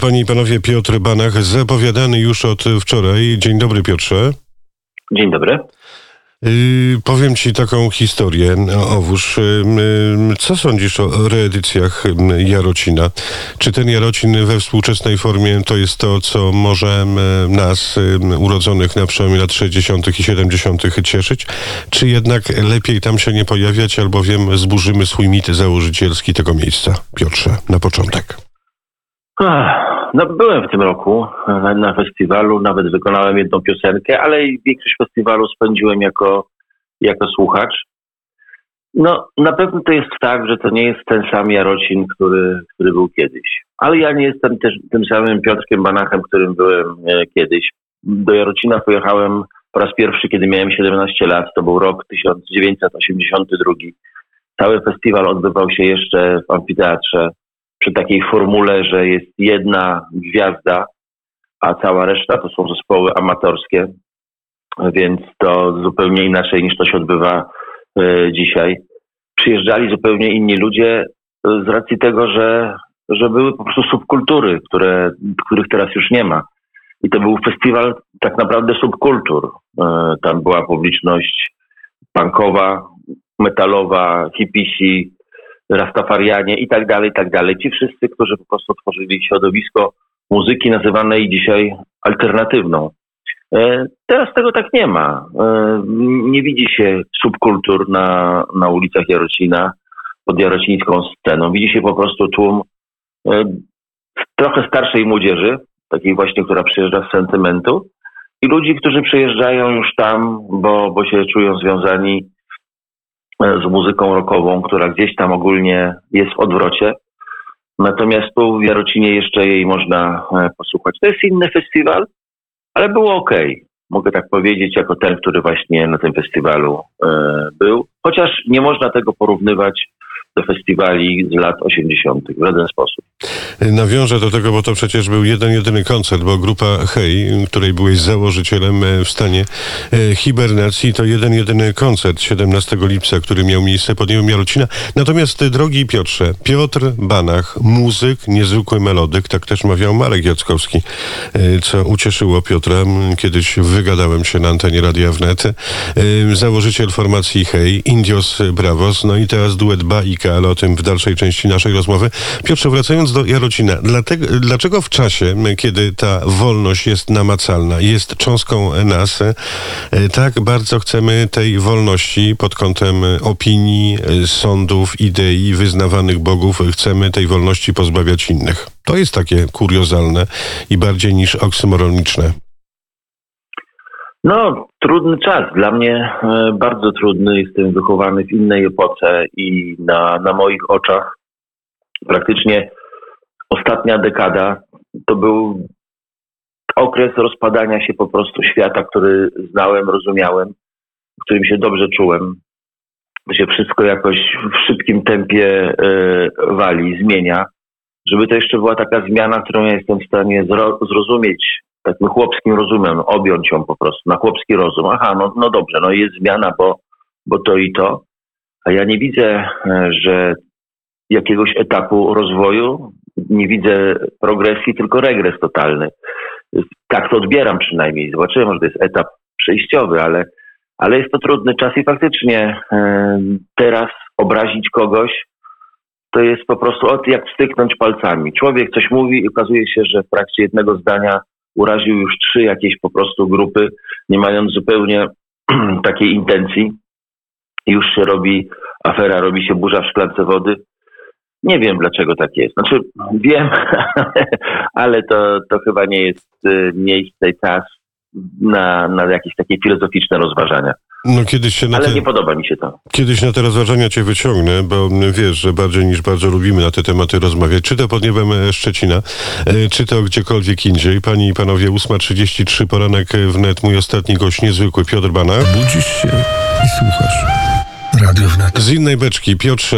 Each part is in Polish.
Panie i panowie, Piotr Banach, zapowiadany już od wczoraj. Dzień dobry, Piotrze. Dzień dobry. Powiem ci taką historię, Owóż. Co sądzisz o reedycjach Jarocina? Czy ten Jarocin we współczesnej formie to jest to, co może nas, urodzonych na przełomie lat 60. i 70. cieszyć? Czy jednak lepiej tam się nie pojawiać, albowiem zburzymy swój mit założycielski tego miejsca? Piotrze, na początek. No, byłem w tym roku na festiwalu, nawet wykonałem jedną piosenkę, ale większość festiwalu spędziłem jako słuchacz. No, na pewno to jest tak, że to nie jest ten sam Jarocin, który był kiedyś. Ale ja nie jestem też tym samym Piotrkiem Banachem, którym byłem kiedyś. Do Jarocina pojechałem po raz pierwszy, kiedy miałem 17 lat. To był rok 1982. Cały festiwal odbywał się jeszcze w amfiteatrze, przy takiej formule, że jest jedna gwiazda, a cała reszta to są zespoły amatorskie, więc to zupełnie inaczej niż to się odbywa dzisiaj. Przyjeżdżali zupełnie inni ludzie z racji tego, że były po prostu subkultury, których teraz już nie ma. I to był festiwal tak naprawdę subkultur. Tam była publiczność punkowa, metalowa, hipisi, rastafarianie i tak dalej, i tak dalej. Ci wszyscy, którzy po prostu tworzyli środowisko muzyki nazywanej dzisiaj alternatywną. Teraz tego tak nie ma. Nie widzi się subkultur na ulicach Jarocina pod jarocińską sceną. Widzi się po prostu tłum trochę starszej młodzieży, takiej właśnie, która przyjeżdża z sentymentu, i ludzi, którzy przyjeżdżają już tam, bo się czują związani z muzyką rockową, która gdzieś tam ogólnie jest w odwrocie. Natomiast tu w Jarocinie jeszcze jej można posłuchać. To jest inny festiwal, ale było okej. Mogę tak powiedzieć, jako ten, który właśnie na tym festiwalu był. Chociaż nie można tego porównywać do festiwali z lat 80. w żaden sposób. Nawiążę do tego, bo to przecież był jedyny koncert, bo grupa Hej, której byłeś założycielem, w stanie hibernacji, to jedyny koncert 17 lipca, który miał miejsce pod niebem Jarocina. Natomiast, drogi Piotrze, Piotr Banach, muzyk, niezwykły melodyk, tak też mawiał Marek Jackowski, co ucieszyło Piotra. Kiedyś wygadałem się na antenie Radia Wnet. Założyciel formacji Hej, Indios Bravos, no i teraz duet Baika, ale o tym w dalszej części naszej rozmowy. Piotrze, wracając do Jarocina, dlaczego w czasie, kiedy ta wolność jest namacalna, jest cząstką nas, tak bardzo chcemy tej wolności pod kątem opinii, sądów, idei, wyznawanych bogów, chcemy tej wolności pozbawiać innych? To jest takie kuriozalne i bardziej niż oksymoroniczne. No, trudny czas. Dla mnie bardzo trudny. Jestem wychowany w innej epoce i na moich oczach praktycznie ostatnia dekada to był okres rozpadania się po prostu świata, który znałem, rozumiałem, w którym się dobrze czułem. To się wszystko jakoś w szybkim tempie wali, zmienia. Żeby to jeszcze była taka zmiana, którą ja jestem w stanie zrozumieć takim chłopskim rozumem, objąć ją po prostu na chłopski rozum. Aha, no dobrze, no jest zmiana, bo to i to. A ja nie widzę, że jakiegoś etapu rozwoju, nie widzę progresji, tylko regres totalny. Tak to odbieram przynajmniej. Zobaczyłem, może to jest etap przejściowy, ale jest to trudny czas i faktycznie teraz obrazić kogoś to jest po prostu jak styknąć palcami. Człowiek coś mówi i okazuje się, że w trakcie jednego zdania uraził już 3 jakieś po prostu grupy, nie mając zupełnie takiej intencji. Już się robi afera, robi się burza w szklance wody. Nie wiem, dlaczego tak jest. Znaczy, wiem, ale to chyba nie jest miejsce i czas na jakieś takie filozoficzne rozważania. No, ale nie podoba mi się to. Kiedyś na te rozważania cię wyciągnę, bo wiesz, że bardziej niż bardzo lubimy na te tematy rozmawiać. Czy to pod niebem Szczecina, czy to gdziekolwiek indziej. Panie i panowie, 8:33, poranek wnet. Mój ostatni gość, niezwykły Piotr Banach. Budzisz się i słuchasz. Radio Wnet. Z innej beczki, Piotrze,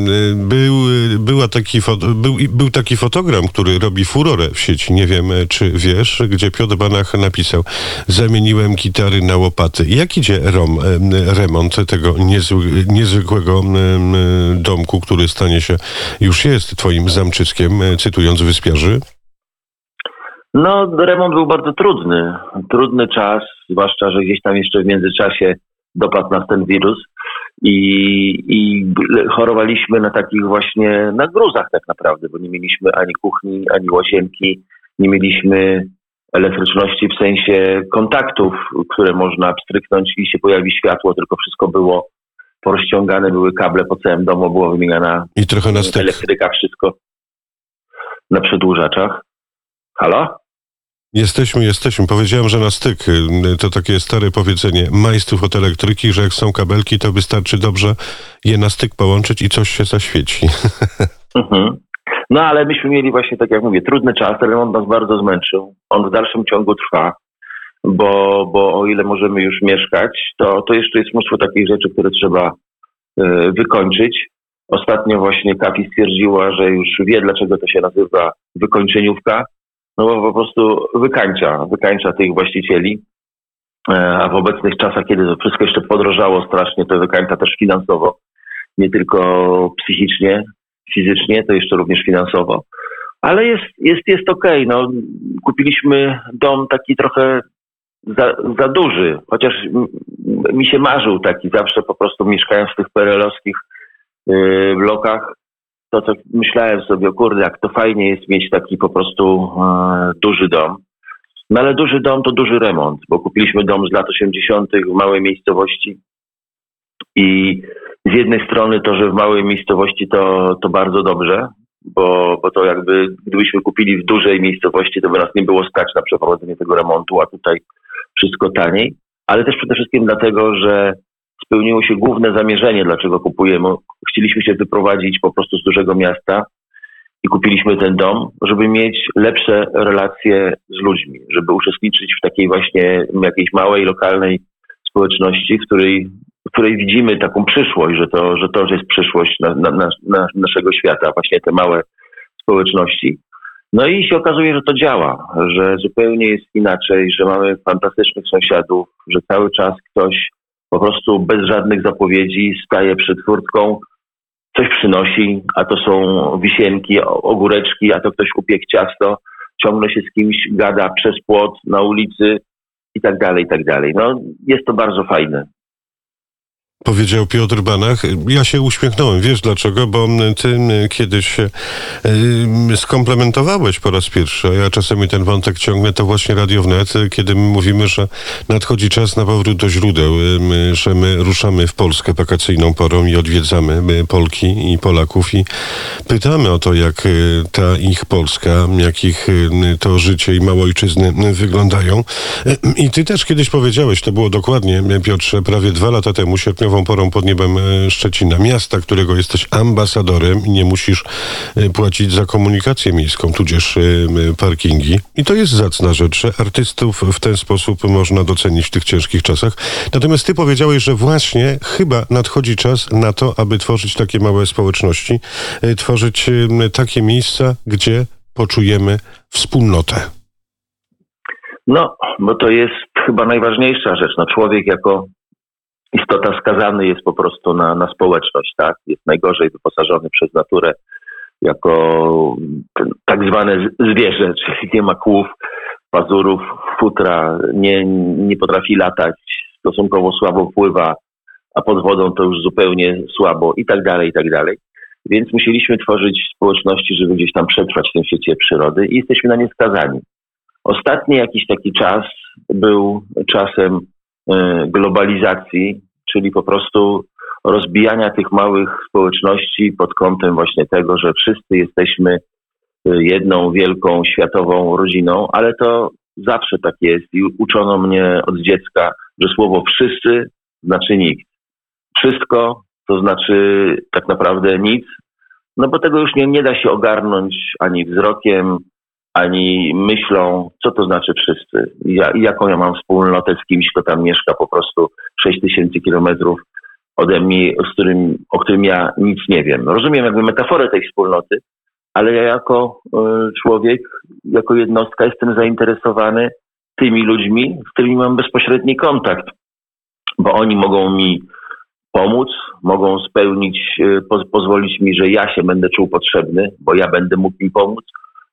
był taki fotogram, który robi furorę w sieci, nie wiem, czy wiesz, gdzie Piotr Banach napisał: zamieniłem gitary na łopaty. Jak idzie remont tego niezwykłego domku, który stanie się, już jest twoim zamczyskiem, cytując Wyspiarzy? No, remont był bardzo trudny. Trudny czas, zwłaszcza, że gdzieś tam jeszcze w międzyczasie dopadł nas ten wirus i chorowaliśmy na takich właśnie, na gruzach tak naprawdę, bo nie mieliśmy ani kuchni, ani łazienki, nie mieliśmy elektryczności w sensie kontaktów, które można pstryknąć i się pojawi światło, tylko wszystko było porozciągane, były kable po całym domu, była wymieniana I trochę na styk. elektryka, wszystko na przedłużaczach. Halo? Jesteśmy. Powiedziałem, że na styk. To takie stare powiedzenie majstrów od elektryki, że jak są kabelki, to wystarczy dobrze je na styk połączyć i coś się zaświeci. Mhm. No ale myśmy mieli właśnie, tak jak mówię, trudny czas, remont nas bardzo zmęczył. On w dalszym ciągu trwa, bo o ile możemy już mieszkać, to jeszcze jest mnóstwo takich rzeczy, które trzeba wykończyć. Ostatnio właśnie Kafi stwierdziła, że już wie, dlaczego to się nazywa wykończeniówka. No bo po prostu wykańcza tych właścicieli, a w obecnych czasach, kiedy to wszystko jeszcze podrożało strasznie, to wykańcza też finansowo, nie tylko psychicznie, fizycznie, to jeszcze również finansowo. Ale jest okej. No, kupiliśmy dom taki trochę za duży, chociaż mi się marzył taki zawsze po prostu mieszkając w tych PRL-owskich blokach, to co myślałem sobie, kurde, jak to fajnie jest mieć taki po prostu duży dom. No ale duży dom to duży remont, bo kupiliśmy dom z lat 80. w małej miejscowości i z jednej strony to, że w małej miejscowości to bardzo dobrze, bo to jakby gdybyśmy kupili w dużej miejscowości, to by nas nie było stać na przeprowadzenie tego remontu, a tutaj wszystko taniej, ale też przede wszystkim dlatego, że spełniło się główne zamierzenie, dlaczego kupujemy. Chcieliśmy się wyprowadzić po prostu z dużego miasta i kupiliśmy ten dom, żeby mieć lepsze relacje z ludźmi, żeby uczestniczyć w takiej właśnie jakiejś małej, lokalnej społeczności, w której widzimy taką przyszłość, że to jest przyszłość naszego świata, właśnie te małe społeczności. No i się okazuje, że to działa, że zupełnie jest inaczej, że mamy fantastycznych sąsiadów, że cały czas ktoś po prostu bez żadnych zapowiedzi staje przed furtką, coś przynosi, a to są wisienki, ogóreczki, a to ktoś upiekł ciasto, ciągle się z kimś gada przez płot na ulicy i tak dalej, i tak dalej. No, jest to bardzo fajne. Powiedział Piotr Banach. Ja się uśmiechnąłem. Wiesz dlaczego? Bo ty kiedyś się skomplementowałeś po raz pierwszy, a ja czasami ten wątek ciągnę, to właśnie Radio Wnet, kiedy my mówimy, że nadchodzi czas na powrót do źródeł, że my ruszamy w Polskę wakacyjną porą i odwiedzamy Polki i Polaków i pytamy o to, jak ta ich Polska, jak ich to życie i małojczyzny wyglądają. I ty też kiedyś powiedziałeś, to było dokładnie, Piotrze, prawie 2 lata temu, sierpniową porą pod niebem Szczecina, miasta, którego jesteś ambasadorem i nie musisz płacić za komunikację miejską, tudzież parkingi. I to jest zacna rzecz, że artystów w ten sposób można docenić w tych ciężkich czasach. Natomiast ty powiedziałeś, że właśnie chyba nadchodzi czas na to, aby tworzyć takie małe społeczności, tworzyć takie miejsca, gdzie poczujemy wspólnotę. No, bo to jest chyba najważniejsza rzecz. No, człowiek jako istota skazany jest po prostu na społeczność, tak? Jest najgorzej wyposażony przez naturę jako tak zwane zwierzę, czyli nie ma kłów, pazurów, futra, nie potrafi latać, stosunkowo słabo pływa, a pod wodą to już zupełnie słabo i tak dalej, i tak dalej. Więc musieliśmy tworzyć społeczności, żeby gdzieś tam przetrwać w tym świecie przyrody i jesteśmy na nie skazani. Ostatni jakiś taki czas był czasem globalizacji, czyli po prostu rozbijania tych małych społeczności pod kątem właśnie tego, że wszyscy jesteśmy jedną wielką światową rodziną, ale to zawsze tak jest i uczono mnie od dziecka, że słowo wszyscy znaczy nikt. Wszystko to znaczy tak naprawdę nic, no bo tego już nie da się ogarnąć ani wzrokiem, ani myślą, co to znaczy wszyscy. Jaką ja mam wspólnotę z kimś, kto tam mieszka po prostu 6000 kilometrów ode mnie, o którym ja nic nie wiem. Rozumiem jakby metaforę tej wspólnoty, ale ja jako człowiek, jako jednostka jestem zainteresowany tymi ludźmi, z którymi mam bezpośredni kontakt, bo oni mogą mi pomóc, mogą spełnić, pozwolić mi, że ja się będę czuł potrzebny, bo ja będę mógł im pomóc,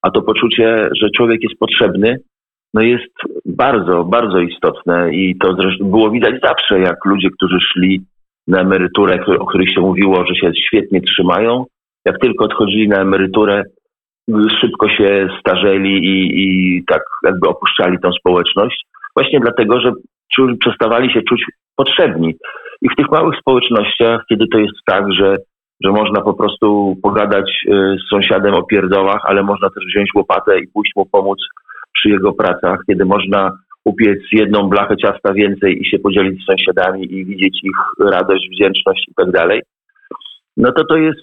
a to poczucie, że człowiek jest potrzebny, no jest bardzo, bardzo istotne i to zresztą było widać zawsze, jak ludzie, którzy szli na emeryturę, o których się mówiło, że się świetnie trzymają, jak tylko odchodzili na emeryturę, szybko się starzeli i tak jakby opuszczali tą społeczność. Właśnie dlatego, że przestawali się czuć potrzebni. I w tych małych społecznościach, kiedy to jest tak, że można po prostu pogadać z sąsiadem o pierdołach, ale można też wziąć łopatę i pójść mu pomóc przy jego pracach, kiedy można upiec jedną blachę ciasta więcej i się podzielić z sąsiadami i widzieć ich radość, wdzięczność i tak dalej, no to jest,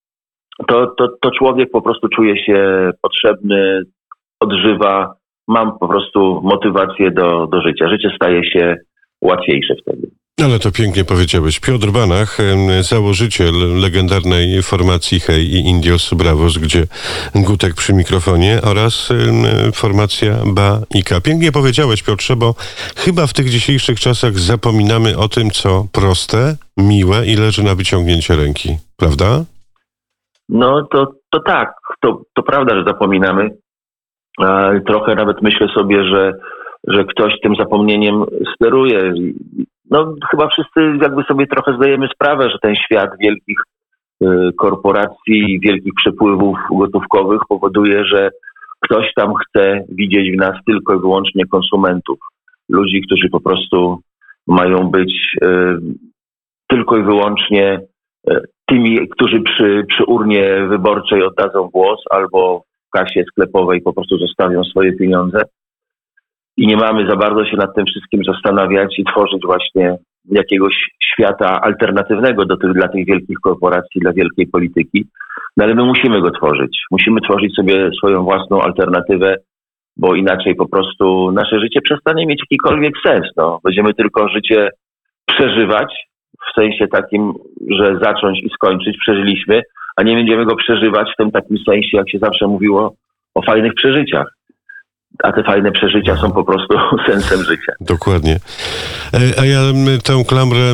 to człowiek po prostu czuje się potrzebny, odżywa, mam po prostu motywację do życia. Życie staje się łatwiejsze wtedy. Ale to pięknie powiedziałeś. Piotr Banach, założyciel legendarnej formacji Hej i Indios Bravos, gdzie Gutek przy mikrofonie oraz formacja Ba i Ka. Pięknie powiedziałeś, Piotrze, bo chyba w tych dzisiejszych czasach zapominamy o tym, co proste, miłe i leży na wyciągnięcie ręki. Prawda? No to tak. To prawda, że zapominamy. Trochę nawet myślę sobie, że ktoś tym zapomnieniem steruje. No chyba wszyscy jakby sobie trochę zdajemy sprawę, że ten świat wielkich korporacji, wielkich przepływów gotówkowych powoduje, że ktoś tam chce widzieć w nas tylko i wyłącznie konsumentów. Ludzi, którzy po prostu mają być tylko i wyłącznie tymi, którzy przy urnie wyborczej oddadzą głos albo w kasie sklepowej po prostu zostawią swoje pieniądze. I nie mamy za bardzo się nad tym wszystkim zastanawiać i tworzyć właśnie jakiegoś świata alternatywnego dla tych wielkich korporacji, dla wielkiej polityki. No ale my musimy go tworzyć. Musimy tworzyć sobie swoją własną alternatywę, bo inaczej po prostu nasze życie przestanie mieć jakikolwiek sens. No. Będziemy tylko życie przeżywać, w sensie takim, że zacząć i skończyć, przeżyliśmy, a nie będziemy go przeżywać w tym takim sensie, jak się zawsze mówiło o fajnych przeżyciach. A te fajne przeżycia są po prostu sensem życia. Dokładnie. A ja tę klamrę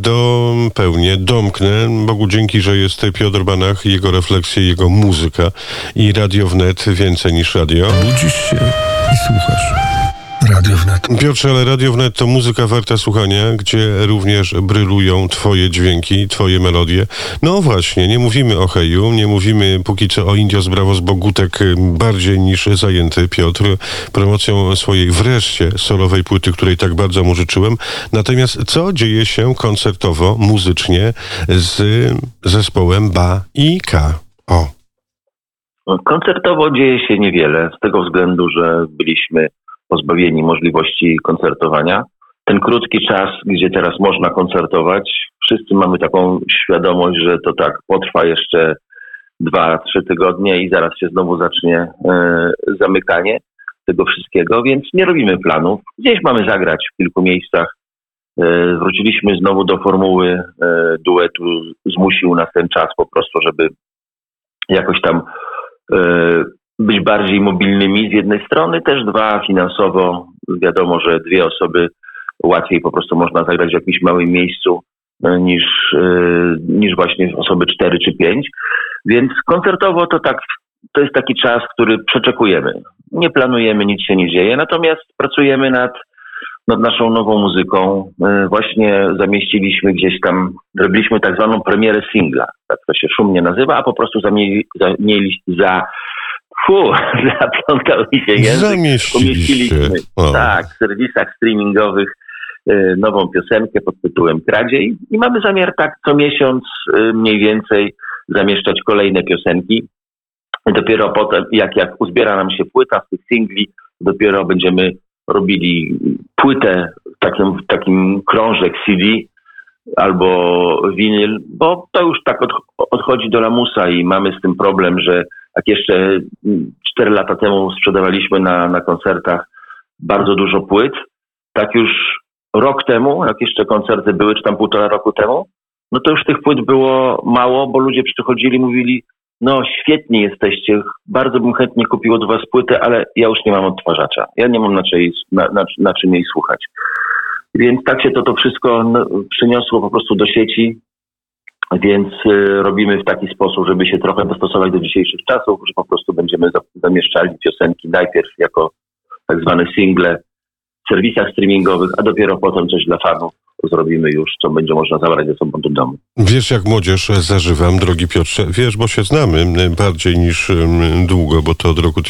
domknę. Bogu dzięki, że jest Piotr Banach, jego refleksje, jego muzyka i Radio Wnet więcej niż radio. Budzisz się i słuchasz. Radio Wnet. Piotrze, ale Radio Wnet to muzyka warta słuchania, gdzie również brylują twoje dźwięki, twoje melodie. No właśnie, nie mówimy o Heju, nie mówimy póki co o Indios Bravos, bo Gutek bardziej niż zajęty, Piotr, promocją swojej wreszcie solowej płyty, której tak bardzo mu życzyłem. Natomiast co dzieje się koncertowo, muzycznie z zespołem Ba i Ka? Koncertowo dzieje się niewiele, z tego względu, że byliśmy pozbawieni możliwości koncertowania. Ten krótki czas, gdzie teraz można koncertować, wszyscy mamy taką świadomość, że to tak potrwa jeszcze 2-3 tygodnie i zaraz się znowu zacznie zamykanie tego wszystkiego, więc nie robimy planów. Gdzieś mamy zagrać w kilku miejscach. Wróciliśmy znowu do formuły duetu. Zmusił nas ten czas po prostu, żeby jakoś tam być bardziej mobilnymi z jednej strony, też dwa, finansowo wiadomo, że 2 osoby łatwiej po prostu można zagrać w jakimś małym miejscu niż właśnie osoby 4 czy 5, więc koncertowo to jest taki czas, który przeczekujemy. Nie planujemy, nic się nie dzieje, natomiast pracujemy nad naszą nową muzyką. Właśnie zamieściliśmy gdzieś tam, robiliśmy tak zwaną premierę singla, tak to się szumnie nazywa, a po prostu zaplątał mi się język. Umieściliśmy w serwisach streamingowych nową piosenkę pod tytułem Kradziej i mamy zamiar tak co miesiąc mniej więcej zamieszczać kolejne piosenki. Dopiero potem, jak uzbiera nam się płyta z tych singli, dopiero będziemy robili płytę, takim krążek CD albo winyl, bo to już tak odchodzi do lamusa i mamy z tym problem, że jak jeszcze 4 lata temu sprzedawaliśmy na koncertach bardzo dużo płyt, tak już rok temu, jak jeszcze koncerty były, czy tam 1,5 roku temu, no to już tych płyt było mało, bo ludzie przychodzili i mówili, no świetnie jesteście, bardzo bym chętnie kupił od was płytę, ale ja już nie mam odtwarzacza. Ja nie mam na czym jej słuchać. Więc tak się to wszystko przyniosło po prostu do sieci Więc robimy w taki sposób, żeby się trochę dostosować do dzisiejszych czasów, że po prostu będziemy zamieszczali piosenki najpierw jako tak zwane single w serwisach streamingowych, a dopiero potem coś dla fanów zrobimy już, co będzie można zabrać ze sobą do domu. Wiesz, jak młodzież zażywam, drogi Piotrze. Wiesz, bo się znamy bardziej niż długo, bo to od roku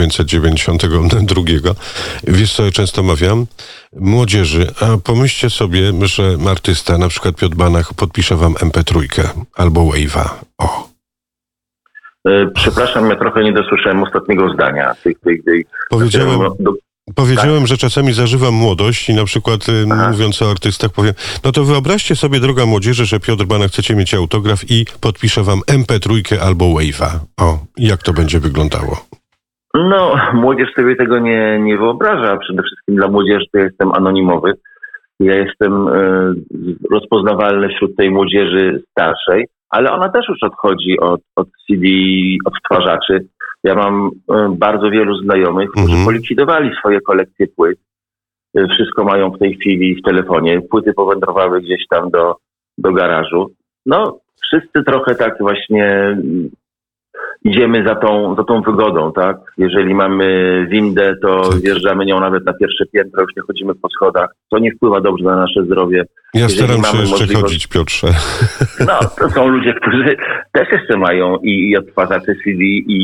1992. Wiesz, co ja często mawiam? Młodzieży, a pomyślcie sobie, że artysta, na przykład Piotr Banach, podpisze wam MP3 albo Wave'a. O. Przepraszam, ja trochę nie dosłyszałem ostatniego zdania. Powiedziałem, że czasami zażywam młodość i na przykład mówiąc o artystach powiem, no to wyobraźcie sobie, droga młodzieży, że Piotr Banach chcecie mieć autograf i podpiszę wam MP3 albo Wave'a. O, jak to będzie wyglądało? No, młodzież sobie tego nie wyobraża. Przede wszystkim dla młodzieży to jestem anonimowy. Ja jestem rozpoznawalny wśród tej młodzieży starszej, ale ona też już odchodzi od CD, odtwarzaczy. Ja mam bardzo wielu znajomych, którzy polikwidowali swoje kolekcje płyt. Wszystko mają w tej chwili w telefonie. Płyty powędrowały gdzieś tam do garażu. No, wszyscy trochę tak właśnie idziemy za tą wygodą, tak? Jeżeli mamy windę, to wjeżdżamy nią nawet na pierwsze piętro, już nie chodzimy po schodach. To nie wpływa dobrze na nasze zdrowie. Ja staram się jeszcze chodzić, Piotrze. No, to są ludzie, którzy też jeszcze mają i odtwarzacze CD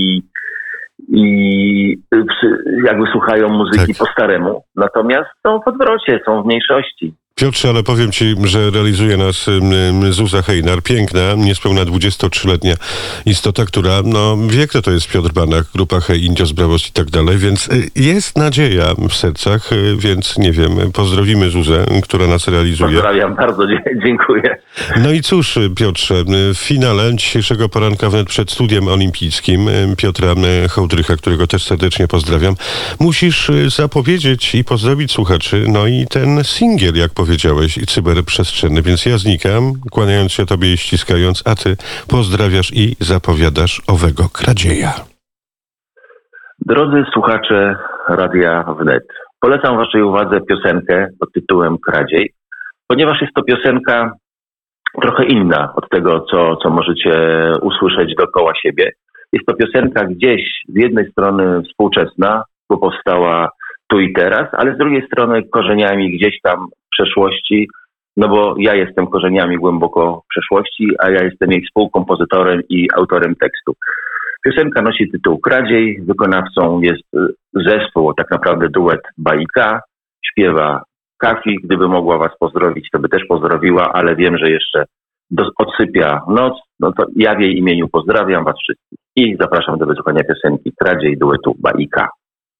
i jakby słuchają muzyki po staremu. Natomiast są w odwrocie, są w mniejszości. Piotrze, ale powiem ci, że realizuje nas Zuza Hejnar, piękna, niespełna 23-letnia istota, która, no wie, kto to jest Piotr Banach, grupa Hej, Indios Bravos i tak dalej, więc jest nadzieja w sercach, więc nie wiem, pozdrowimy Zuzę, która nas realizuje. Pozdrawiam, bardzo dziękuję. No i cóż, Piotrze, w finale dzisiejszego poranka, wnet przed studiem olimpijskim Piotra Hołdrycha, którego też serdecznie pozdrawiam, musisz zapowiedzieć i pozdrowić słuchaczy, no i ten singiel, jak powiedziałeś, i cyberprzestrzenny, więc ja znikam, kłaniając się tobie i ściskając, a ty pozdrawiasz i zapowiadasz owego kradzieja. Drodzy słuchacze Radia Wnet, polecam waszej uwadze piosenkę pod tytułem Kradziej, ponieważ jest to piosenka trochę inna od tego, co możecie usłyszeć dookoła siebie. Jest to piosenka gdzieś z jednej strony współczesna, bo powstała tu i teraz, ale z drugiej strony korzeniami gdzieś tam w przeszłości, no bo ja jestem korzeniami głęboko w przeszłości, a ja jestem jej współkompozytorem i autorem tekstu. Piosenka nosi tytuł Kradziej, wykonawcą jest zespół, tak naprawdę duet Bajka, śpiewa Kafi. Gdyby mogła was pozdrowić, to by też pozdrowiła, ale wiem, że jeszcze odsypia noc, no to ja w jej imieniu pozdrawiam was wszystkich i zapraszam do wysłuchania piosenki Kradziej duetu Bajka.